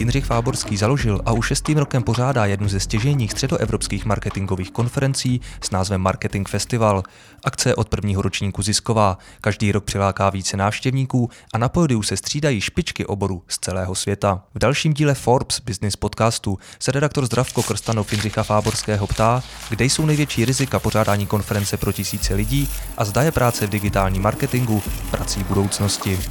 Jindřich Fáborský založil a už 6. rokem pořádá jednu ze stěžejních středoevropských marketingových konferencí s názvem Marketing Festival. Akce je od prvního ročníku zisková, každý rok přiláká více návštěvníků a na pódiu se střídají špičky oboru z celého světa. V dalším díle Forbes Business podcastu se redaktor Zdravko Krstanov Jindřicha Fáborského ptá, kde jsou největší rizika pořádání konference pro tisíce lidí a zda je práce v digitálním marketingu prací budoucnosti.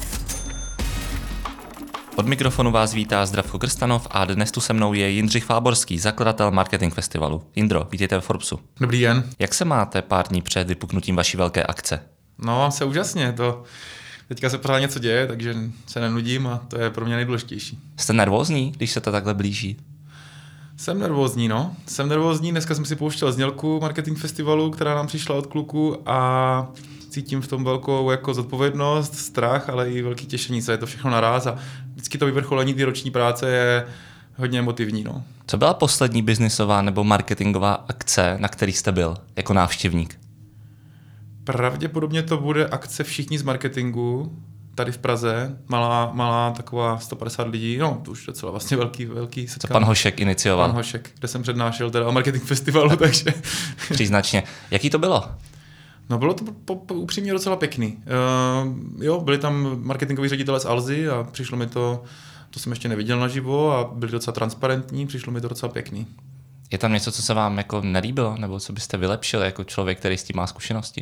Od mikrofonu vás vítá Zdravko Krstanov a dnes tu se mnou je Jindřich Fáborský, zakladatel Marketing Festivalu. Jindro, vítejte ve Forbesu. Dobrý den. Jak se máte pár dní před vypuknutím vaší velké akce? No, mám se úžasně. Teďka se pořád něco děje, takže se nenudím a to je pro mě nejdůležitější. Jste nervózní, když se to takhle blíží? Jsem nervózní, no. Jsem nervózní, dneska jsem si pouštěl znělku Marketing Festivalu, která nám přišla od kluku a cítím v tom velkou jako zodpovědnost, strach, ale i velký těšení se, je to všechno naráz a vždycky to vyvrcholení té roční práce je hodně emotivní, no. Co byla poslední biznisová nebo marketingová akce, na který jste byl jako návštěvník? Pravděpodobně to bude akce Všichni z marketingu, tady v Praze, malá taková 150 lidí, no to už docela vlastně velký setkání. Co pan Hošek inicioval? Pan Hošek, kde jsem přednášel teda o Marketing Festivalu, takže... Příznačně. Jaký to bylo? No bylo to upřímně docela pěkný. Byli tam marketingoví ředitelé z Alzy a přišlo mi to jsem ještě neviděl naživo a byli docela transparentní, přišlo mi to docela pěkný. Je tam něco, co se vám jako nelíbilo, nebo co byste vylepšili jako člověk, který s tím má zkušenosti?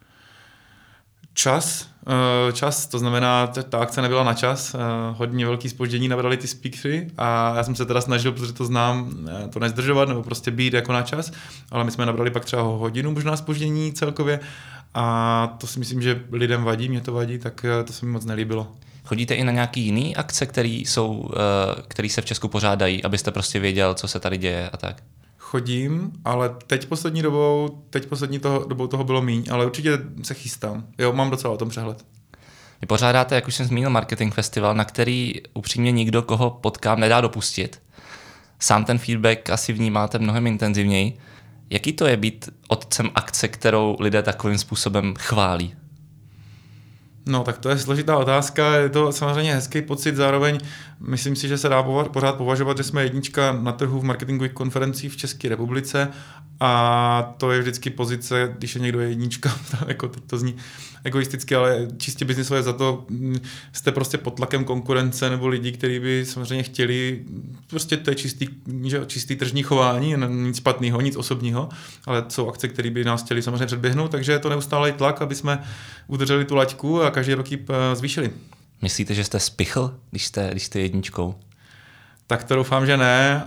Čas, to znamená, ta akce nebyla na čas, hodně velký zpoždění nabrali ty speakery a já jsem se teda snažil, protože to znám, to nezdržovat nebo prostě být jako na čas, ale my jsme nabrali pak třeba hodinu možná zpoždění celkově a to si myslím, že lidem vadí, mě to vadí, tak to se mi moc nelíbilo. Chodíte i na nějaký jiný akce, které se v Česku pořádají, abyste prostě věděl, co se tady děje a tak? Chodím, ale teď poslední dobou toho bylo míň, ale určitě se chystám. Jo, mám docela o tom přehled. Vy pořádáte, jak už jsem zmínil, Marketing Festival, na který upřímně nikdo, koho potkám, nedá dopustit. Sám ten feedback asi vnímáte mnohem intenzivněji. Jaký to je být otcem akce, kterou lidé takovým způsobem chválí? No, tak to je složitá otázka, je to samozřejmě hezký pocit, zároveň myslím si, že se dá pořád považovat, že jsme jednička na trhu v marketingových konferencích v České republice a to je vždycky pozice, když je někdo jednička, jako teď to zní egoisticky, ale čistě biznisové za to jste prostě pod tlakem konkurence nebo lidí, kteří by samozřejmě chtěli, prostě to je čistý tržní chování, nic špatného, nic osobního, ale jsou akce, které by nás chtěli samozřejmě předběhnout, takže je to neustálý tlak, aby jsme udrželi tu laťku a každý rok ji zvýšili. Myslíte, že jste spichl, když jste jedničkou? Tak to doufám, že ne.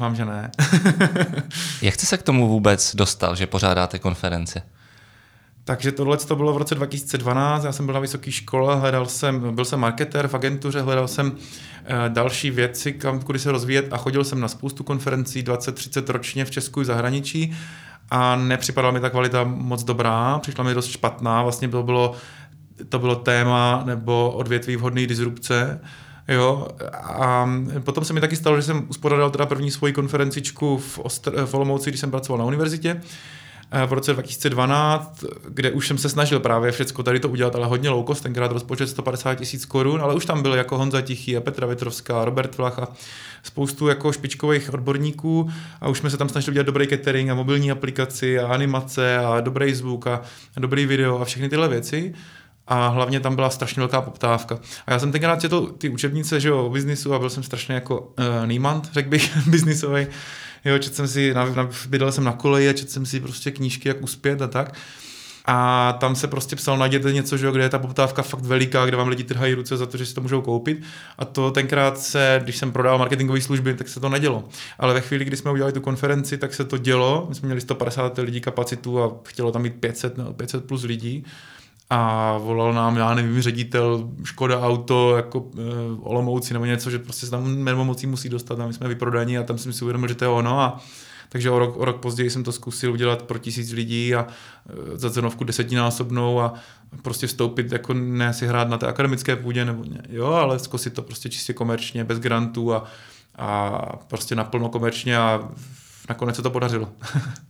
Jak jste se k tomu vůbec dostal, že pořádáte konference? Takže tohle to bylo v roce 2012, já jsem byl na vysoké škole, byl jsem marketér v agentuře, hledal jsem další věci, kudy se rozvíjet a chodil jsem na spoustu konferencí, 20-30 ročně v Česku i zahraničí a nepřipadala mi ta kvalita moc dobrá, přišla mi dost špatná, vlastně to bylo téma nebo odvětví vhodné disrupce. Jo, a potom se mi taky stalo, že jsem uspořádal teda první svoji konferencičku v Olomouci, když jsem pracoval na univerzitě v roce 2012, kde už jsem se snažil právě všecko tady to udělat, ale hodně low cost, tenkrát rozpočet 150 000 korun, ale už tam byli jako Honza Tichý a Petra Větrovská, Robert Vlach a spoustu jako špičkových odborníků a už jsme se tam snažili udělat dobrý catering a mobilní aplikaci a animace a dobrý zvuk a dobrý video a všechny tyhle věci. A hlavně tam byla strašně velká poptávka. A já jsem tenkrát četl ty učebnice, že jo, o biznisu a byl jsem strašně jako nímant, řekl bych, biznisovej. Jo, bydlel jsem na koleji a četl jsem si prostě knížky, jak uspět a tak. A tam se prostě psal, najděte něco, že jo, kde je ta poptávka fakt veliká, kde vám lidi trhají ruce za to, že si to můžou koupit. A to tenkrát když jsem prodal marketingové služby, tak se to nedělo. Ale ve chvíli, kdy jsme udělali tu konferenci, tak se to dělo. My jsme měli 150 lidí kapacitu a chtělo tam mít 500 plus lidí. A volal nám, já nevím, ředitel Škoda Auto, jako Olomouci nebo něco, že prostě se tam mermomocí musí dostat a my jsme vyprodaní a tam jsem si uvědomil, že to je ono a takže o rok později jsem to zkusil udělat pro 1000 lidí a za cenovku 10násobnou a prostě vstoupit, jako ne si hrát na té akademické půdě, nebo ne, jo, ale zkusit to prostě čistě komerčně, bez grantů a prostě naplno komerčně a nakonec se to podařilo.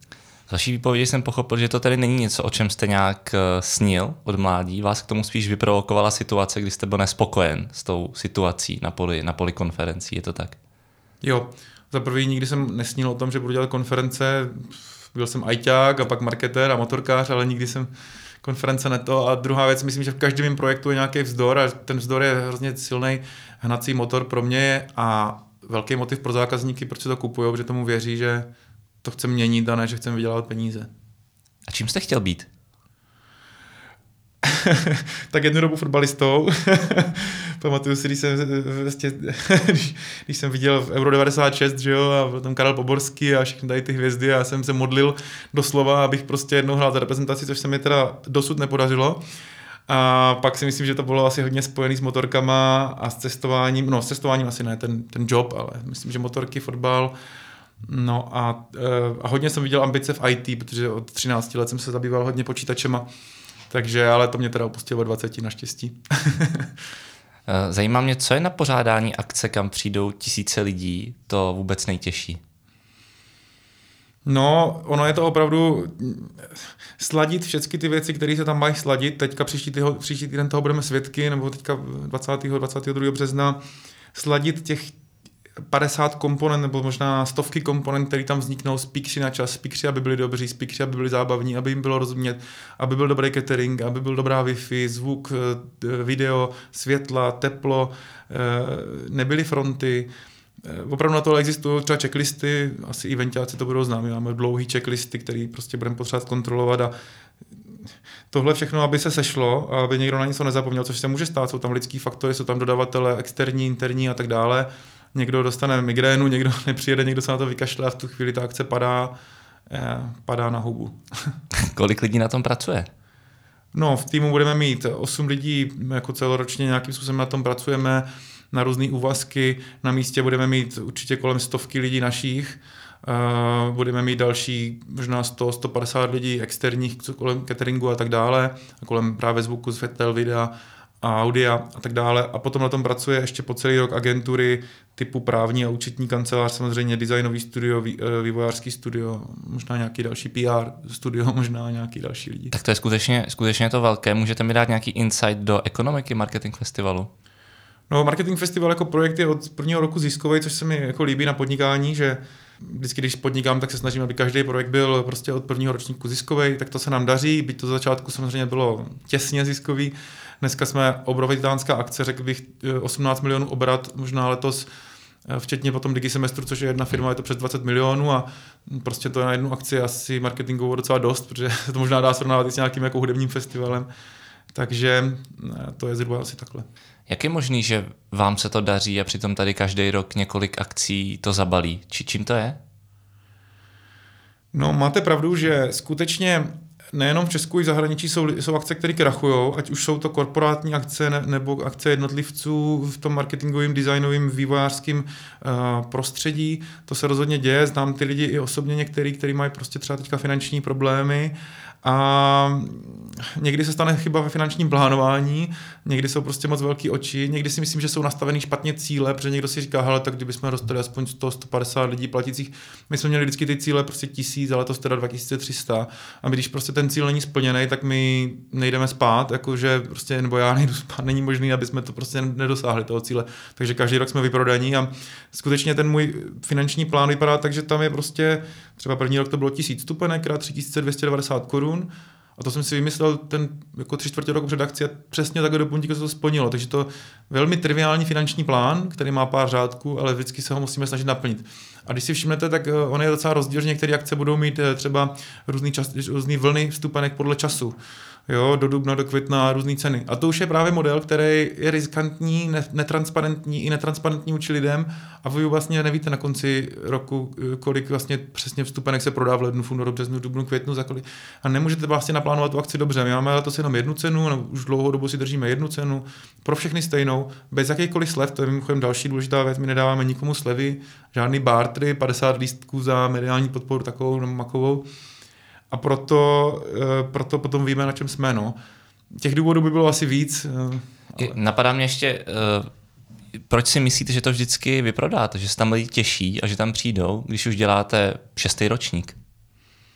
Z vaší výpovědi jsem pochopil, že to tedy není něco, o čem jste nějak snil od mládí. Vás k tomu spíš vyprovokovala situace, kdy jste byl nespokojen s tou situací na poli konferencí. Je to tak? Jo. Za prvý nikdy jsem nesnil o tom, že budu dělat konference. Byl jsem ajťák a pak marketér a motorkář, ale nikdy jsem konference neto. A druhá věc, myslím, že v každém mém projektu je nějaký vzdor a ten vzdor je hrozně silný hnací motor pro mě a velký motiv pro zákazníky, proč si to kupují, protože tomu věří, že to chce měnit a ne, že chceme vydělávat peníze. A čím jste chtěl být? Tak jednu dobu fotbalistou. Pamatuju si, když jsem viděl v Euro 96, že jo, a byl tam Karel Poborský a všechny tady ty hvězdy a já jsem se modlil doslova, abych prostě jednou hrál za reprezentaci, což se mi teda dosud nepodařilo. A pak si myslím, že to bylo asi hodně spojený s motorkama a s cestováním, no s cestováním asi ne, ten job, ale myslím, že motorky, fotbal. No a hodně jsem viděl ambice v IT, protože od 13 let jsem se zabýval hodně počítačema. Takže, ale to mě teda opustilo 20 naštěstí. Zajímá mě, co je na pořádání akce, kam přijdou tisíce lidí, to vůbec nejtěžší? No, ono je to opravdu sladit všechny ty věci, které se tam mají sladit. Teďka příští týden toho budeme svědky, nebo teďka 22. března, sladit těch 50 komponent, nebo možná stovky komponent, které tam vzniknou, speakeři na čas, speakeři, aby byli dobří, speakeři, aby byli zábavní, aby jim bylo rozumět, aby byl dobrý catering, aby byl dobrá Wi-Fi, zvuk, video, světla, teplo, nebyly fronty. Opravdu na tohle existují třeba checklisty, asi eventáci to budou známí, máme dlouhý checklisty, které prostě budeme potřebovat kontrolovat a tohle všechno, aby se sešlo, aby někdo na něco nezapomněl, což se může stát, jsou tam lidský faktory, jsou tam dodavatele externí, interní a tak dále. Někdo dostane migrénu, někdo nepřijede, někdo se na to vykašle a v tu chvíli ta akce padá na hubu. Kolik lidí na tom pracuje? No, v týmu budeme mít 8 lidí, jako celoročně nějakým způsobem na tom pracujeme, na různý úvazky, na místě budeme mít určitě kolem 100 lidí našich, budeme mít další možná 100-150 lidí externích kolem cateringu a tak dále, a kolem právě zvuku, světel, videa a audia a tak dále. A potom na tom pracuje ještě po celý rok agentury typu právní a účetní kancelář, samozřejmě designový studio, vývojářský studio, možná nějaký další PR studio, možná nějaký další lidi. Tak to je skutečně to velké. Můžete mi dát nějaký insight do ekonomiky Marketing Festivalu? No, Marketing Festival jako projekt je od prvního roku ziskový, což se mi jako líbí na podnikání, že vždycky, když podnikám, tak se snažím, aby každý projekt byl prostě od prvního ročníku ziskový, tak to se nám daří, byť to začátku samozřejmě bylo těsně ziskový. Dneska jsme obrovitánská akce, řekl bych 18 milionů obrat, možná letos, včetně potom Digisemestru, což je jedna firma, je to přes 20 milionů a prostě to je na jednu akci asi marketingovou docela dost, protože to možná dá srovnávat i s nějakým jako hudebním festivalem. Takže to je zhruba asi takhle. Jak je možný, že vám se to daří a přitom tady každý rok několik akcí to zabalí? Čím to je? No, máte pravdu, že skutečně nejenom v Česku i v zahraničí jsou akce, které krachují, ať už jsou to korporátní akce nebo akce jednotlivců v tom marketingovém, designovém, vývojářském prostředí. To se rozhodně děje, znám ty lidi i osobně některý, kteří mají prostě třeba teďka finanční problémy a někdy se stane chyba ve finančním plánování, někdy jsou prostě moc velký oči, někdy si myslím, že jsou nastavený špatně cíle, protože někdo si říká, hele, tak kdybychom dostali aspoň 100-150 lidí platících, my jsme měli vždycky ty cíle prostě 1000, ale letos teda 2300 a když prostě ten cíl není splněný, tak my nejdeme spát, jakože prostě, nebo já nejdu spát, není možný, aby jsme to prostě nedosáhli toho cíle. Takže každý rok jsme vyprodaní a skutečně ten můj finanční plán vypadá tak, že tam je prostě, třeba první rok to bylo 1000 vstupenek krát 3290 korun. A to jsem si vymyslel ten jako 3/4 roku před akcí a přesně takhle do puntíku se to splnilo. Takže to velmi triviální finanční plán, který má pár řádků, ale vždycky se ho musíme snažit naplnit. A když si všimnete, tak on je docela rozdíl, že některé akce budou mít třeba různý vlny vstupenek podle času. Jo, do dubna, do května, různé ceny. A to už je právě model, který je riskantní, netransparentní i netransparentní vůči lidem a vy vlastně nevíte na konci roku, kolik vlastně přesně vstupenek se prodá v lednu, v únoru, březnu, dubnu, květnu, za kolik. A nemůžete vlastně naplánovat tu akci dobře. My máme letos jenom jednu cenu, nebo už dlouhou dobu si držíme jednu cenu, pro všechny stejnou, bez jakýchkoliv slev, to je mimochodem další důležitá věc, my nedáváme nikomu slevy, žádný bartry, 50 lístků za mediální podporu takovou nebo makovou. A proto potom víme, na čem jsme. No. Těch důvodů by bylo asi víc. Ale... Napadá mě ještě, proč si myslíte, že to vždycky vyprodáte, že se tam lidi těší a že tam přijdou, když už děláte 6. ročník?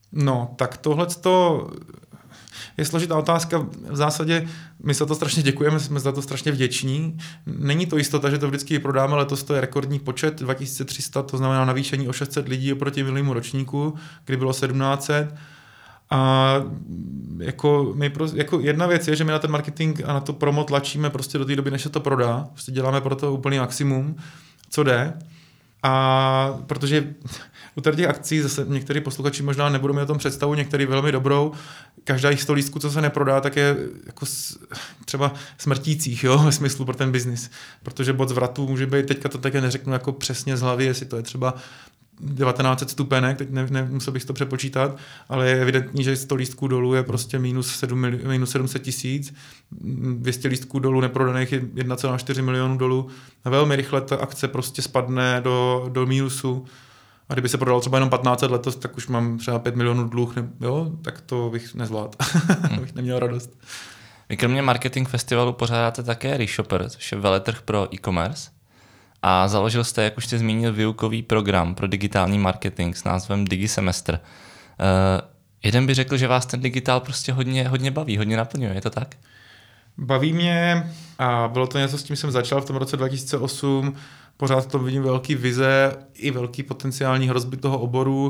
No, tak tohleto je složitá otázka. V zásadě my za to strašně děkujeme, jsme za to strašně vděční. Není to jistota, že to vždycky prodáme, letos to je rekordní počet, 2300, to znamená navýšení o 600 lidí oproti minulému ročníku, kdy bylo 1700. A jako jedna věc je, že my na ten marketing a na to promo tlačíme prostě do té doby, než se to prodá. Prostě děláme pro to úplný maximum, co jde. A protože u těch akcí zase některý posluchači možná nebudou mít o tom představu, některý velmi dobrou. Každá jich 100 lístků, co se neprodá, tak je jako třeba smrtících, jo, ve smyslu pro ten biznis. Protože bod zvratů může být, teďka to také neřeknu jako přesně z hlavy, jestli to je třeba 1900 stupenek, teď nemusel bych to přepočítat, ale je evidentní, že 100 lístků dolů je prostě minus 700 tisíc, 200 lístků dolů neprodaných je 1,4 milionu dolů a velmi rychle ta akce prostě spadne do mínusu. A kdyby se prodalo třeba jenom 1500 letos, tak už mám třeba 5 milionů dluh, jo, tak to bych nezvládl. bych neměl radost. Vy kromě marketing festivalu pořádáte také ReShopper, což je veletrh pro e-commerce. A založil jste, jak už jste zmínil, výukový program pro digitální marketing s názvem DigiSemestr. Jeden by řekl, že vás ten digitál prostě hodně baví, hodně naplňuje, je to tak? Baví mě a bylo to něco, s tím jsem začal v tom roce 2008. Pořád v tom vidím velký vize i velký potenciální hrozby toho oboru,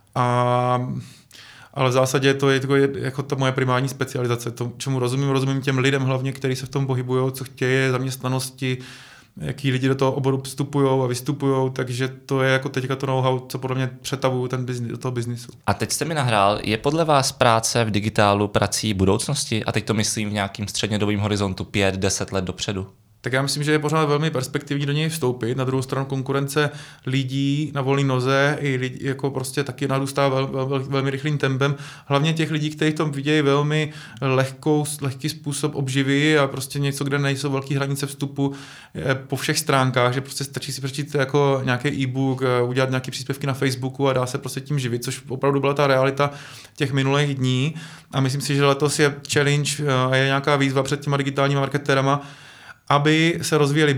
ale v zásadě to je jako ta moje primární specializace. To, čemu rozumím těm lidem hlavně, kteří se v tom pohybují, co chtějí, zaměstnanosti, jaký lidi do toho oboru vstupují a vystupují, takže to je jako teďka to know-how, co podle mě přetavují ten biznis, do toho biznisu. A teď jste mi nahrál, je podle vás práce v digitálu prací budoucnosti? A teď to myslím v nějakým střednědobým horizontu 5-10 let dopředu. Tak já myslím, že je pořád velmi perspektivní do něj vstoupit. Na druhou stranu konkurence lidí na volné noze i lidi, jako prostě taky narůstá velmi rychlým tempem. Hlavně těch lidí, kteří v tom vidějí velmi lehký způsob obživy a prostě něco, kde nejsou velké hranice vstupu po všech stránkách, že prostě stačí si přečíst jako nějaký e-book, udělat nějaké příspěvky na Facebooku a dá se prostě tím živit, což opravdu byla ta realita těch minulých dní. A myslím si, že letos je challenge a je nějaká výzva před těma digitálníma marketérama, aby se rozvíjeli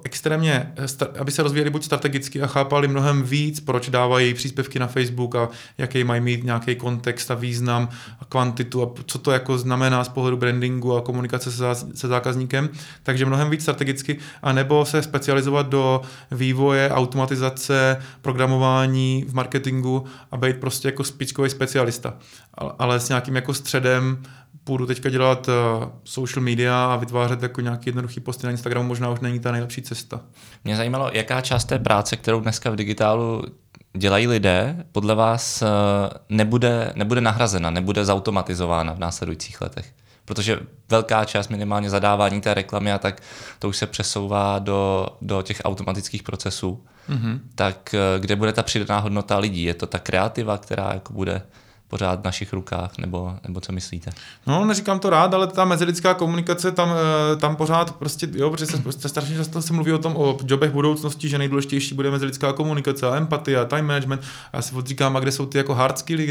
buď strategicky a chápali mnohem víc, proč dávají příspěvky na Facebook a jaký mají mít nějaký kontext a význam a kvantitu a co to jako znamená z pohledu brandingu a komunikace se zákazníkem, takže mnohem víc strategicky, anebo se specializovat do vývoje, automatizace, programování v marketingu a být prostě jako špičkový specialista, ale s nějakým jako středem. Půjdu teďka dělat social media a vytvářet jako nějaký jednoduchý posty na Instagramu, možná už není ta nejlepší cesta. Mě zajímalo, jaká část té práce, kterou dneska v digitálu dělají lidé, podle vás nebude nahrazena, nebude zautomatizována v následujících letech. Protože velká část minimálně zadávání té reklamy a tak to už se přesouvá do těch automatických procesů. Mm-hmm. Tak kde bude ta přidaná hodnota lidí? Je to ta kreativa, která jako bude pořád v našich rukách, nebo co myslíte? No, neříkám to rád, ale ta mezilidská komunikace tam pořád prostě, jo, protože se strašně často se mluví o jobech budoucnosti, že nejdůležitější bude mezilidská komunikace a empatie a time management. A já si odříkám, a kde jsou ty jako hard skilly,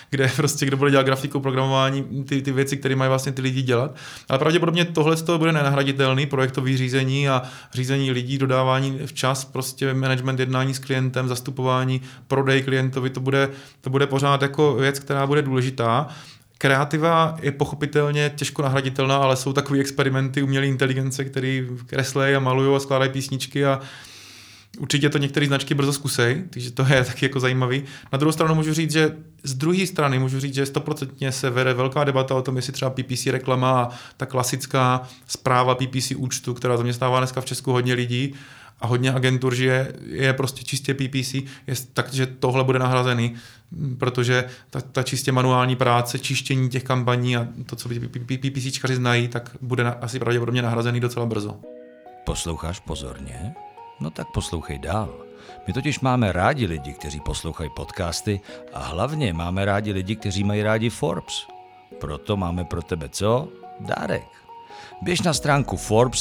kde bude dělat grafiku, programování, ty věci, které mají vlastně ty lidi dělat. Ale pravděpodobně tohle z toho bude nenahraditelný, projektový řízení a řízení lidí, dodávání včas, prostě management jednání s klientem, zastupování, prodej klientovi, to bude pořád jako věc, která bude důležitá. Kreativa je pochopitelně těžko nahraditelná, ale jsou takový experimenty umělé inteligence, který kreslejí a malují a skládají písničky a určitě to některé značky brzo zkusej, takže to je taky jako zajímavý. Na druhou stranu můžu říct, že z druhé strany můžu říct, že 100% se vede velká debata o tom, jestli třeba PPC reklama a ta klasická správa PPC účtu, která zaměstnává dneska v Česku hodně lidí a hodně agentur, že je prostě čistě PPC, takže tohle bude nahrazený, protože ta čistě manuální práce, čištění těch kampaní a to, co PPCčkaři znají, tak bude asi pravděpodobně nahrazený docela brzo. Posloucháš pozorně? No tak poslouchej dál. My totiž máme rádi lidi, kteří poslouchají podcasty a hlavně máme rádi lidi, kteří mají rádi Forbes. Proto máme pro tebe co? Dárek. Běž na stránku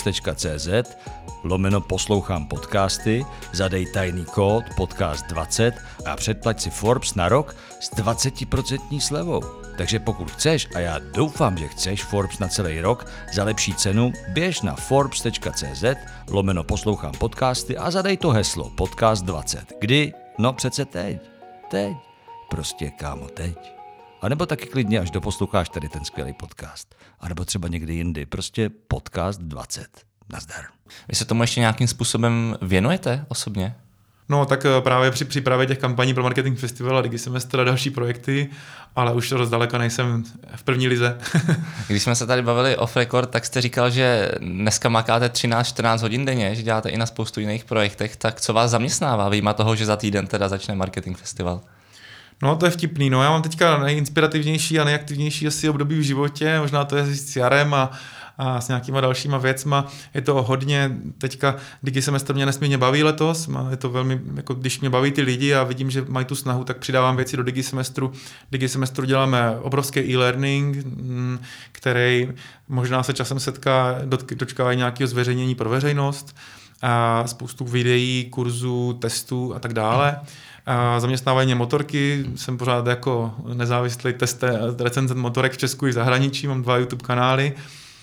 forbes.cz/poslouchám podcasty, zadej tajný kód podcast20 a předplať si Forbes na rok s 20% slevou. Takže pokud chceš, a já doufám, že chceš Forbes na celý rok za lepší cenu, běž na forbes.cz/poslouchám podcasty a zadej to heslo podcast20. Kdy? No přece teď. Teď. Prostě kámo, teď. A nebo taky klidně, až doposloucháš tady ten skvělý podcast. A nebo třeba někdy jindy. Prostě podcast 20. Nazdar. Vy se tomu ještě nějakým způsobem věnujete osobně? No tak právě při přípravě těch kampaní pro Marketing Festival a Digisemestr a další projekty, ale už to zdaleka nejsem v první lize. Když jsme se tady bavili off record, tak jste říkal, že dneska makáte 13-14 hodin denně, že děláte i na spoustu jiných projektech, tak co vás zaměstnává vyjma toho, že za týden teda začne Marketing Festival? No to je vtipný, no já mám teďka nejinspirativnější a nejaktivnější asi období v životě, možná to je s jarem a s nějakýma dalšíma věcma. Je to hodně, teďka Digisemestr mě nesmírně baví letos, je to velmi, jako když mě baví ty lidi a vidím, že mají tu snahu, tak přidávám věci do Digisemestru. Digisemestru děláme obrovský e-learning, který možná se časem dočká nějakého zveřejnění pro veřejnost, a spoustu videí, kurzů, testů a tak dále. A zaměstnávání motorky, jsem pořád jako nezávislý recenzent motorek v Česku i v zahraničí, mám 2 YouTube kanály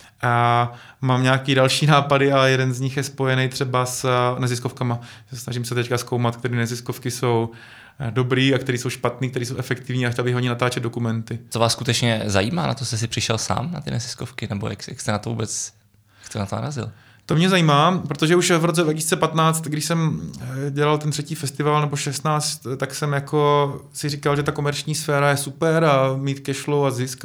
a mám nějaký další nápady a jeden z nich je spojený třeba s neziskovkama. Snažím se teďka zkoumat, které neziskovky jsou dobrý a které jsou špatný, které jsou efektivní a chtěl bych hodně natáčet dokumenty. Co vás skutečně zajímá? Na to jste si přišel sám, na ty neziskovky? Nebo jak jste na to vůbec narazil? To mě zajímá, protože už v roce 2015, když jsem dělal ten 3. festival nebo 16, tak jsem jako si říkal, že ta komerční sféra je super a mít cashflow a zisk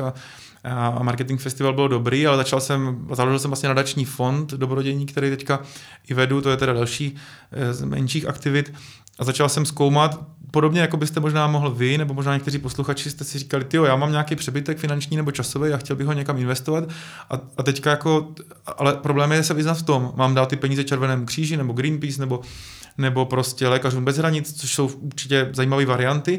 a Marketing Festival byl dobrý, ale založil jsem vlastně nadační fond dobrodění, který teďka i vedu, to je teda další z menších aktivit a začal jsem zkoumat, podobně jako byste možná mohl vy, nebo možná někteří posluchači jste si říkali, tyjo, já mám nějaký přebytek finanční nebo časový a chtěl bych ho někam investovat a teďka jako, ale problém je se vyznat v tom, mám dát ty peníze Červenému kříži nebo Greenpeace nebo prostě Lékařům bez hranic, což jsou určitě zajímavé varianty,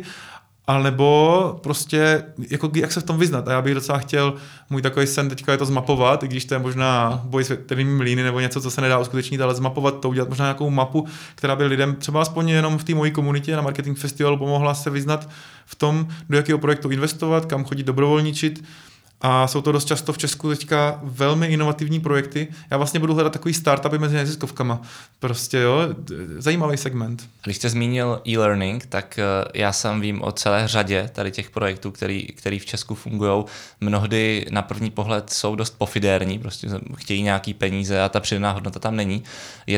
alebo prostě, jako jak se v tom vyznat. A já bych docela chtěl, můj takový sen teďka je to zmapovat, i když to je možná boj s větrnými mlýny nebo něco, co se nedá uskutečnit, ale zmapovat to, udělat možná nějakou mapu, která by lidem třeba aspoň jenom v té mojí komunitě na Marketing Festivalu pomohla se vyznat v tom, do jakého projektu investovat, kam chodit dobrovolničit. A jsou to dost často v Česku teďka velmi inovativní projekty. Já vlastně budu hledat takový startupy mezi neziskovkama. Prostě jo, zajímavý segment. Když jste zmínil e-learning, tak já sám vím o celé řadě tady těch projektů, který v Česku fungují. Mnohdy na první pohled jsou dost pofidérní, prostě chtějí nějaký peníze a ta přidaná hodnota tam není. Je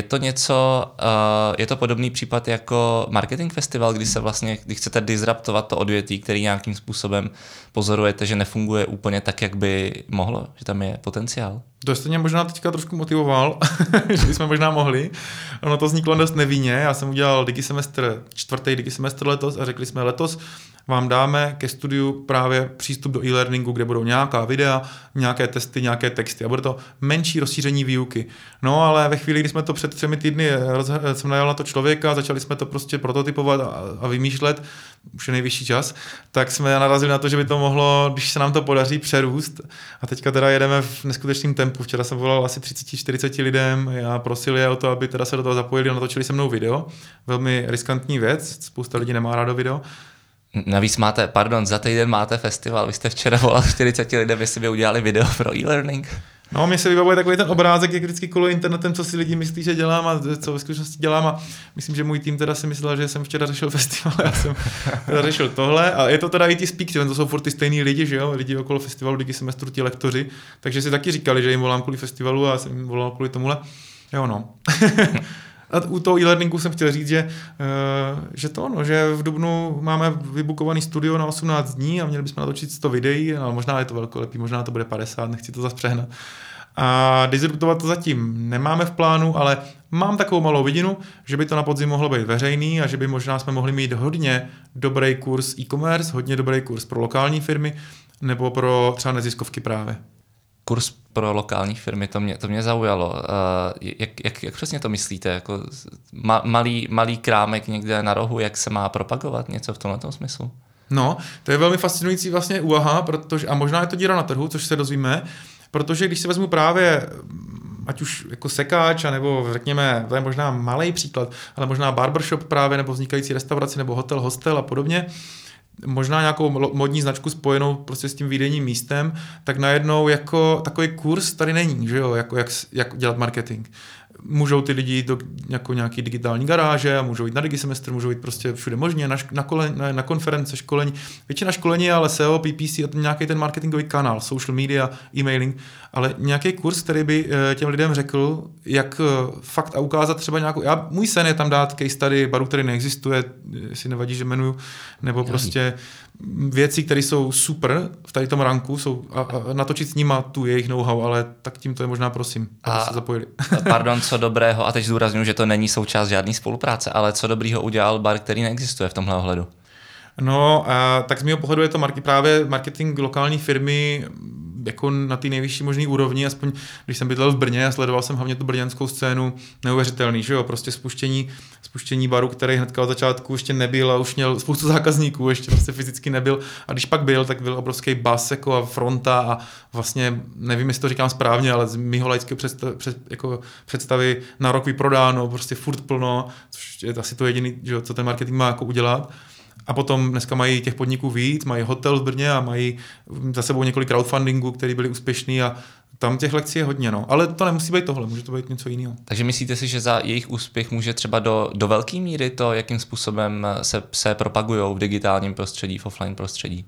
to podobný případ jako Marketing Festival, kdy chcete disruptovat to odvětví, který nějakým způsobem pozorujete, že nefunguje úplně tak, jak by mohlo, že tam je potenciál. To jste mě možná teďka trošku motivoval, že bychom možná mohli. Ono to vzniklo dost nevinně. Já jsem udělal čtvrtý Digisemestr letos a řekli jsme letos vám dáme ke studiu právě přístup do e-learningu, kde budou nějaká videa, nějaké testy, nějaké texty a bude to menší rozšíření výuky. No ale ve chvíli, kdy jsme to před 3 týdny jsem najal na to člověka, začali jsme to prostě prototypovat a vymýšlet, už je nejvyšší čas, tak jsme narazili na to, že by to mohlo, když se nám to podaří, přerůst. A teďka teda jedeme v neskutečném tempu. Včera jsem volal asi 30-40 lidem a prosil je o to, aby teda se do toho zapojili a natočili se mnou video. Velmi riskantní věc, spousta lidí nemá rádo video. Navíc za týden máte festival, vy jste včera volal 40 lidem, jestli by udělali video pro e-learning. No, mně se vybavuje takový ten obrázek, jak vždycky kolo internetem, co si lidi myslí, že dělám a co ve skutečnosti dělám a myslím, že můj tým teda si myslel, že jsem včera řešil festival, já jsem teda řešil tohle a je to teda i ti speakři, to jsou furt ty stejný lidi, že jo, lidi okolo festivalu Digisemestru, ti lektoři, takže si taky říkali, že jim volám kvůli festivalu a já jsem jim volal kvůli tomuhle. Jo no. A u toho e-learningu jsem chtěl říct, že v dubnu máme vybukovaný studio na 18 dní a měli bychom natočit 100 videí, ale možná je to velkolepý, možná to bude 50, nechci to zase přehnat. A disruptovat to zatím nemáme v plánu, ale mám takovou malou vidinu, že by to na podzim mohlo být veřejný a že by možná jsme mohli mít hodně dobrý kurz e-commerce, hodně dobrý kurz pro lokální firmy nebo pro třeba neziskovky právě. Kurz pro lokální firmy, to mě zaujalo. Jak přesně to myslíte? Jako malý krámek někde na rohu, jak se má propagovat? Něco v tomhle smyslu? No, to je velmi fascinující vlastně úvaha, protože, a možná je to díra na trhu, což se dozvíme, protože když si vezmu právě ať už jako sekáč, nebo řekněme, to je možná malej příklad, ale možná barbershop právě, nebo vznikající restauraci, nebo hotel, hostel a podobně, možná nějakou modní značku spojenou prostě s tím výdejním místem, tak najednou jako takový kurz tady není, že jo, jako jak dělat marketing. můžou ty lidi do jako nějaký digitální garáže a můžou jít na digisemestr, můžou jít prostě všude možně, na konference, školení. Většina školení je ale SEO, PPC a nějaký ten marketingový kanál, social media, e-mailing, ale nějaký kurz, který by těm lidem řekl, jak fakt a ukázat třeba nějakou... Můj sen je tam dát case study baru, který neexistuje, jestli nevadí, že jmenuju, nebo prostě věci, které jsou super v tady tom ranku, jsou a natočit s nima tu jejich know-how, ale tak tím to je možná, prosím, aby se zapojili. Pardon, co dobrého, a teď zdůrazňuji, že to není součást žádný spolupráce, ale co dobrýho udělal bar, který neexistuje v tomhle ohledu? No, tak z mého pohledu je to právě marketing lokální firmy jako na té nejvyšší možné úrovni, aspoň když jsem bydlel v Brně a sledoval jsem hlavně tu brněnskou scénu, neuvěřitelný, že jo, prostě spuštění baru, který hnedka od začátku ještě nebyl a už měl spoustu zákazníků, ještě prostě fyzicky nebyl a když pak byl, tak byl obrovský bas jako a fronta a vlastně, nevím, jestli to říkám správně, ale z mýho laického představy na rok vyprodáno, prostě furt plno, což je asi to jediné, co ten marketing má jako udělat. A potom dneska mají těch podniků víc, mají hotel v Brně a mají za sebou několik crowdfundingů, které byly úspěšný a tam těch lekcí je hodně, no. Ale to nemusí být tohle, může to být něco jiného. Takže myslíte si, že za jejich úspěch může třeba do velké míry to, jakým způsobem se propagují v digitálním prostředí, v offline prostředí?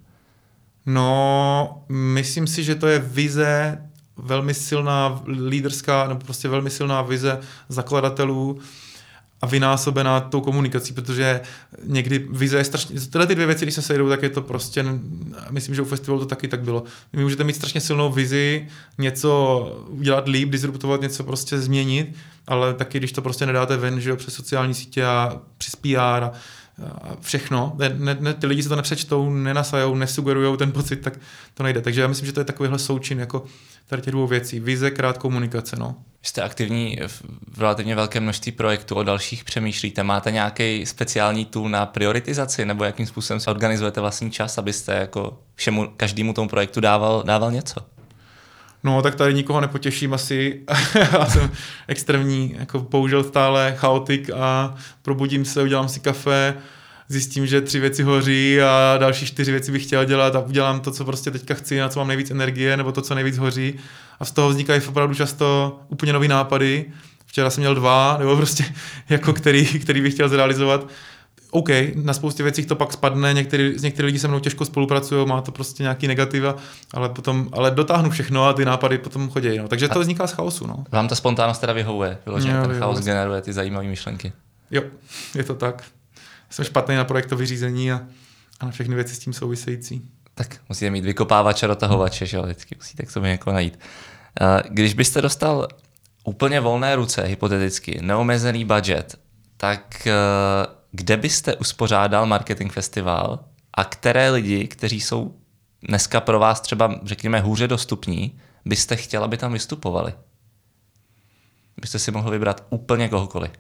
No, myslím si, že to je vize velmi silná, líderská, nebo prostě velmi silná vize zakladatelů, a vynásobená tou komunikací, protože někdy vize je strašně... Tyhle ty dvě věci, když se sejdou, tak je to prostě... Myslím, že u festivalu to taky tak bylo. Vy můžete mít strašně silnou vizi, něco udělat líp, disruptovat, něco prostě změnit, ale taky, když to prostě nedáte ven, že jo, přes sociální sítě a přes PR a všechno, ty lidi se to nepřečtou, nenasajou, nesugerujou ten pocit, tak to nejde. Takže já myslím, že to je takovýhle součin jako tady těch dvou věcí. Vize, komunikace, no. Jste aktivní v relativně velké množství projektů, o dalších přemýšlíte. Máte nějaký speciální tool na prioritizaci, nebo jakým způsobem se organizujete vlastní čas, abyste jako každému tomu projektu dával něco? No, tak tady nikoho nepotěším asi. Já jsem extrémní, jako použil stále chaotik a probudím se, udělám si kafe, zjistím, že 3 věci hoří a další 4 věci bych chtěl dělat a udělám to, co prostě teďka chci, na co mám nejvíc energie, nebo to, co nejvíc hoří. A z toho vznikají opravdu často úplně nový nápady. Včera jsem měl 2, nebo prostě jako který bych chtěl zrealizovat. OK, na spoustě věcích to pak spadne, některý lidi se mnou těžko spolupracují, má to prostě nějaký negativa, ale dotáhnu všechno a ty nápady potom chodí. No. Takže to vzniká z chaosu. No. Vám ta spontánnost teda vyhovuje, vyloženě ten chaos generuje ty zajímavé myšlenky. Jo, je to tak. Jsem špatný na projektové řízení a na všechny věci s tím související. Tak musíte mít vykopávače, dotahovače, že jo, vždycky musíte k sobě někoho najít. Když byste dostal úplně volné ruce, hypoteticky, neomezený budget, tak kde byste uspořádal marketing festival a které lidi, kteří jsou dneska pro vás třeba, řekněme, hůře dostupní, byste chtěl, aby tam vystupovali? Byste si mohl vybrat úplně kohokoliv.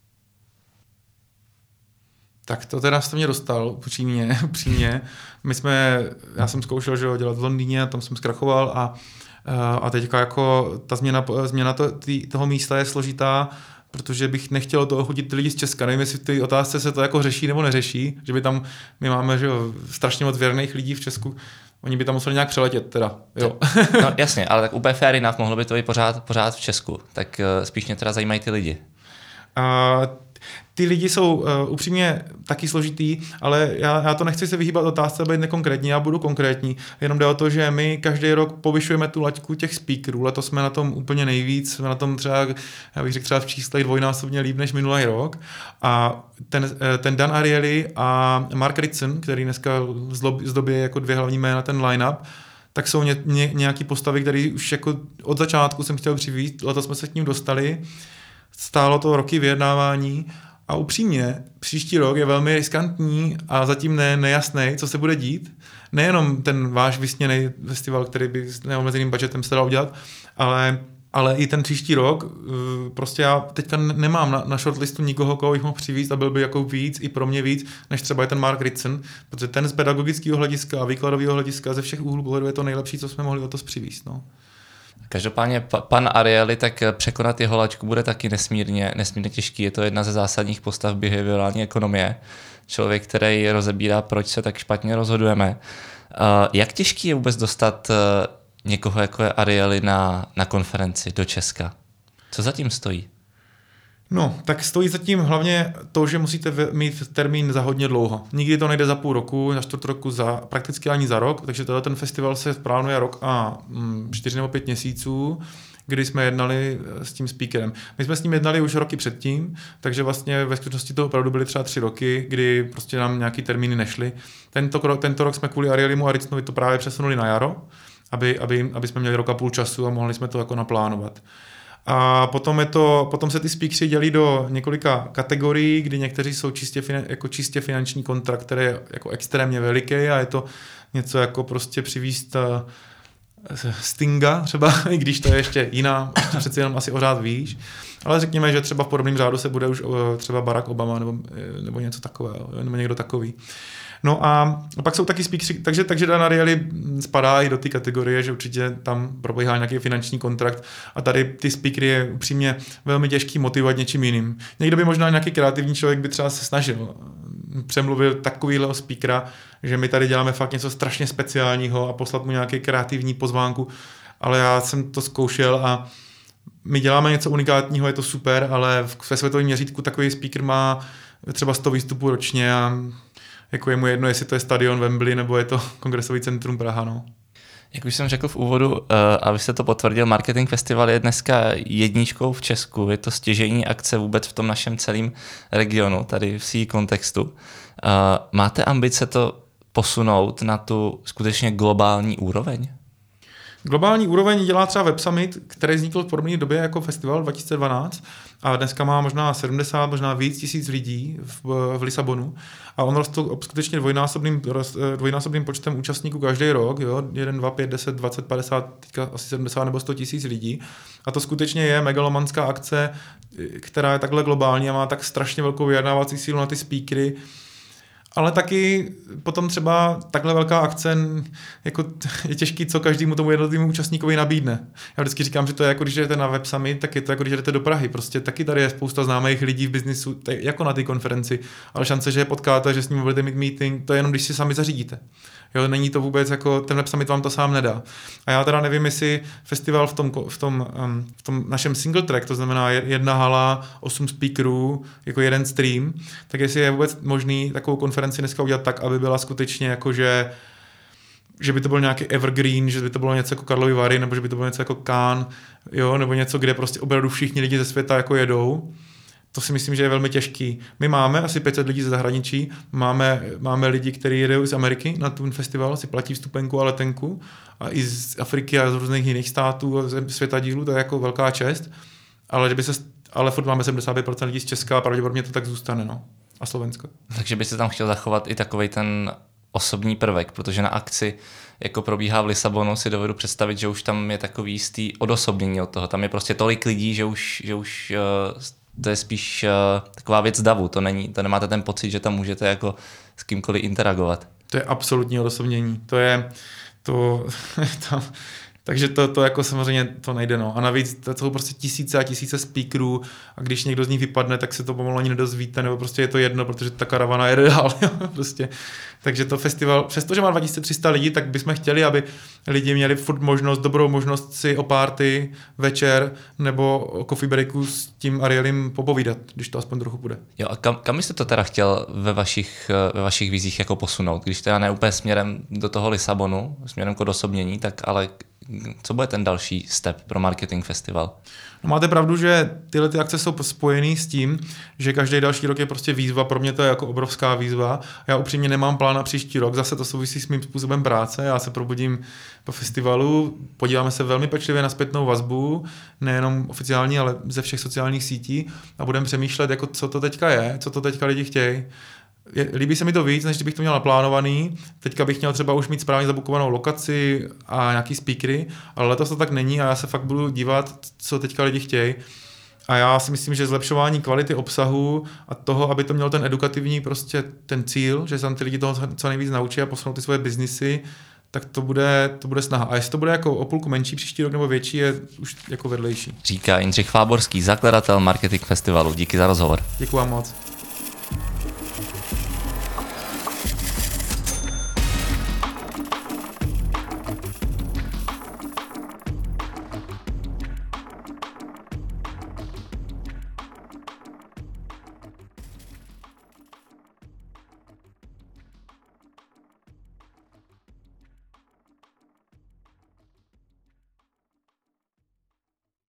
Tak to teda jste mě dostal, upřímně. Já jsem zkoušel, že dělat v Londýně, tam jsem zkrachoval a teďka jako ta změna toho místa je složitá, protože bych nechtěl toho chodit ty lidi z Česka. Nevím, jestli v té otázce se to jako řeší nebo neřeší, že by tam, my máme že jo, strašně moc věrných lidí v Česku, oni by tam museli nějak přeletět teda. Jo. No jasně, ale tak úplně fair enough, mohlo by to být pořád v Česku, tak spíš mě teda zajímají ty lidi. Ty lidi jsou upřímně taky složitý, ale já to nechci se vyhýbat otázce, být nekonkrétní, já budu konkrétní. Jenom jde o to, že my každý rok povyšujeme tu laťku těch speakerů, letos jsme na tom úplně nejvíc, jsme na tom třeba, já bych řekl třeba v číslech dvojnásobně líp než minulý rok. A ten Dan Ariely a Mark Ritson, který dneska z doby jako 2 hlavní jména ten line-up, tak jsou nějaký postavy, které už jako od začátku jsem chtěl přivést, letos jsme se k ním dostali. Stálo to roky vyjednávání a upřímně příští rok je velmi riskantní a zatím nejasný, co se bude dít. Nejenom ten váš vysněný festival, který by s neomezeným budgetem se dal udělat, ale i ten příští rok. Prostě já teďka nemám na shortlistu nikoho, koho bych mohl přivést a byl by jako víc, i pro mě víc, než třeba je ten Mark Ritson, protože ten z pedagogického hlediska a výkladového hlediska ze všech úhlů pohledu je to nejlepší, co jsme mohli letos přivést. No. Každopádně pan Ariely, tak překonat jeho laťku bude taky nesmírně těžký. Je to jedna ze zásadních postav behaviorální ekonomie. Člověk, který rozebírá, proč se tak špatně rozhodujeme. Jak těžký je vůbec dostat někoho jako je Ariely na konferenci do Česka? Co zatím stojí? No, tak stojí zatím hlavně to, že musíte mít termín za hodně dlouho. Nikdy to nejde za půl roku, za čtvrt roku, prakticky ani za rok, takže ten festival se plánuje rok a 4 nebo 5 měsíců, kdy jsme jednali s tím speakerem. My jsme s ním jednali už roky předtím, takže vlastně ve skutečnosti to opravdu byly třeba 3 roky, kdy prostě nám nějaký termíny nešly. Tento rok jsme kvůli Arielimu a Ricnovi to právě přesunuli na jaro, aby jsme měli rok a půl času a mohli jsme to jako naplánovat. A potom se ty speakeři dělí do několika kategorií, kdy někteří jsou čistě finanční kontrakt, který je jako extrémně veliký a je to něco jako prostě přivízt Stinga třeba, i když to je ještě jiná, ještě přeci jenom asi o řád výš. Ale řekněme, že třeba v podobném řádu se bude už třeba Barack Obama nebo něco takového, nebo někdo takový. No a pak jsou taky speakeři, takže Dan Ariely spadá i do té kategorie, že určitě tam probíhá nějaký finanční kontrakt a tady ty speakery je upřímně velmi těžký motivovat něčím jiným. Někdo by možná nějaký kreativní člověk by třeba se snažil, přemluvil takovýhle speakera, že my tady děláme fakt něco strašně speciálního a poslat mu nějaký kreativní pozvánku, ale já jsem to zkoušel a my děláme něco unikátního, je to super, ale ve světovém měřítku takový speaker má třeba 100 výstupů ročně a jako je mu jedno, jestli to je stadion Wembley nebo je to Kongresový centrum Praha. No. Jak už jsem řekl v úvodu, a vy jste to potvrdil, Marketing Festival je dneska jedničkou v Česku. Je to stěžejní akce vůbec v tom našem celém regionu, tady v svým kontextu. Máte ambice to posunout na tu skutečně globální úroveň? Globální úroveň dělá třeba Web Summit, který vznikl v podobné době jako festival 2012 a dneska má možná 70, možná víc tisíc lidí v Lisabonu a on rostl skutečně dvojnásobným počtem účastníků každý rok, jo? 1, 2, 5, 10, 20, 50, teďka asi 70 nebo 100 tisíc lidí a to skutečně je megalomanská akce, která je takhle globální a má tak strašně velkou vyjednávací sílu na ty speakery. Ale taky potom třeba takhle velká akce jako je těžký, co každému tomu jednotlivému účastníkovi nabídne. Já vždycky říkám, že to je jako když jdete na Web Summit, tak je to jako když jdete do Prahy. Prostě taky tady je spousta známých lidí v biznisu, jako na té konferenci, ale šance, že je potkáte, že s nimi budete mít meeting, to je jenom, když si sami zařídíte. Jo, není to vůbec jako, ten Web Summit vám to sám nedá. A já teda nevím, jestli festival v tom našem single track, to znamená 1 hala, 8 speakerů, jako 1 stream, tak jestli je vůbec možný takovou konferenci dneska udělat tak, aby byla skutečně jako, že by to byl nějaký evergreen, že by to bylo něco jako Karlovy Vary, nebo že by to bylo něco jako Cannes, jo, nebo něco, kde prostě opravdu všichni lidi ze světa jako jedou. To si myslím, že je velmi těžký. My máme asi 500 lidí ze zahraničí, máme lidi, kteří jedou z Ameriky na ten festival, si platí vstupenku a letenku a i z Afriky a z různých jiných států a ze světa dílu, to je jako velká čest, ale furt máme 75% lidí z Česka a pravděpodobně to tak zůstane, no. A Slovensko. Takže by se tam chtěl zachovat i takovej ten osobní prvek, protože na akci, jako probíhá v Lisabonu, si dovedu představit, že už tam je takový jistý odosobnění od toho. Tam je prostě tolik lidí, že už to je spíš taková věc davu. To nemáte ten pocit, že tam můžete jako s kýmkoliv interagovat. To je absolutní odosobnění. Takže to jako samozřejmě to nejde, no. A navíc to jsou prostě tisíce a tisíce speakerů a když někdo z nich vypadne, tak se to pomalu ani nedozvíte, nebo prostě je to jedno, protože ta karavana jede dál, prostě. Takže to festival, přestože má 2300 lidí, tak bychom chtěli, aby lidi měli furt dobrou možnost si o party, večer nebo o coffee breaku s tím Arielym popovídat, když to aspoň trochu bude. Jo, a kam jste to teda chtěl ve vašich vizích jako posunout? Když teda ne úplně směrem do toho Lisabonu, směrem k odosobnění, tak ale co bude ten další step pro Marketing Festival? No, máte pravdu, že tyhle ty akce jsou spojený s tím, že každý další rok je prostě výzva, pro mě to je jako obrovská výzva. Já upřímně nemám plán na příští rok, zase to souvisí s mým způsobem práce, já se probudím po festivalu, podíváme se velmi pečlivě na zpětnou vazbu, nejenom oficiální, ale ze všech sociálních sítí a budeme přemýšlet, jako co to teďka je, co to teďka lidi chtějí. Líbí se mi to víc, než kdybych to měl naplánovaný. Teďka bych měl třeba už mít správně zabukovanou lokaci a nějaký speakery, ale letos to tak není a já se fakt budu dívat, co teďka lidi chtějí. A já si myslím, že zlepšování kvality obsahu a toho, aby to mělo ten edukativní prostě ten cíl, že se tam ty lidi toho co nejvíc naučí a posunou ty svoje biznisy, tak to bude snaha. A jestli to bude jako o půlku menší příští rok nebo větší, je už jako vedlejší. Říká Jindřich Fáborský, zakladatel Marketing Festivalu. Díky za rozhovor. Děkuji vám moc.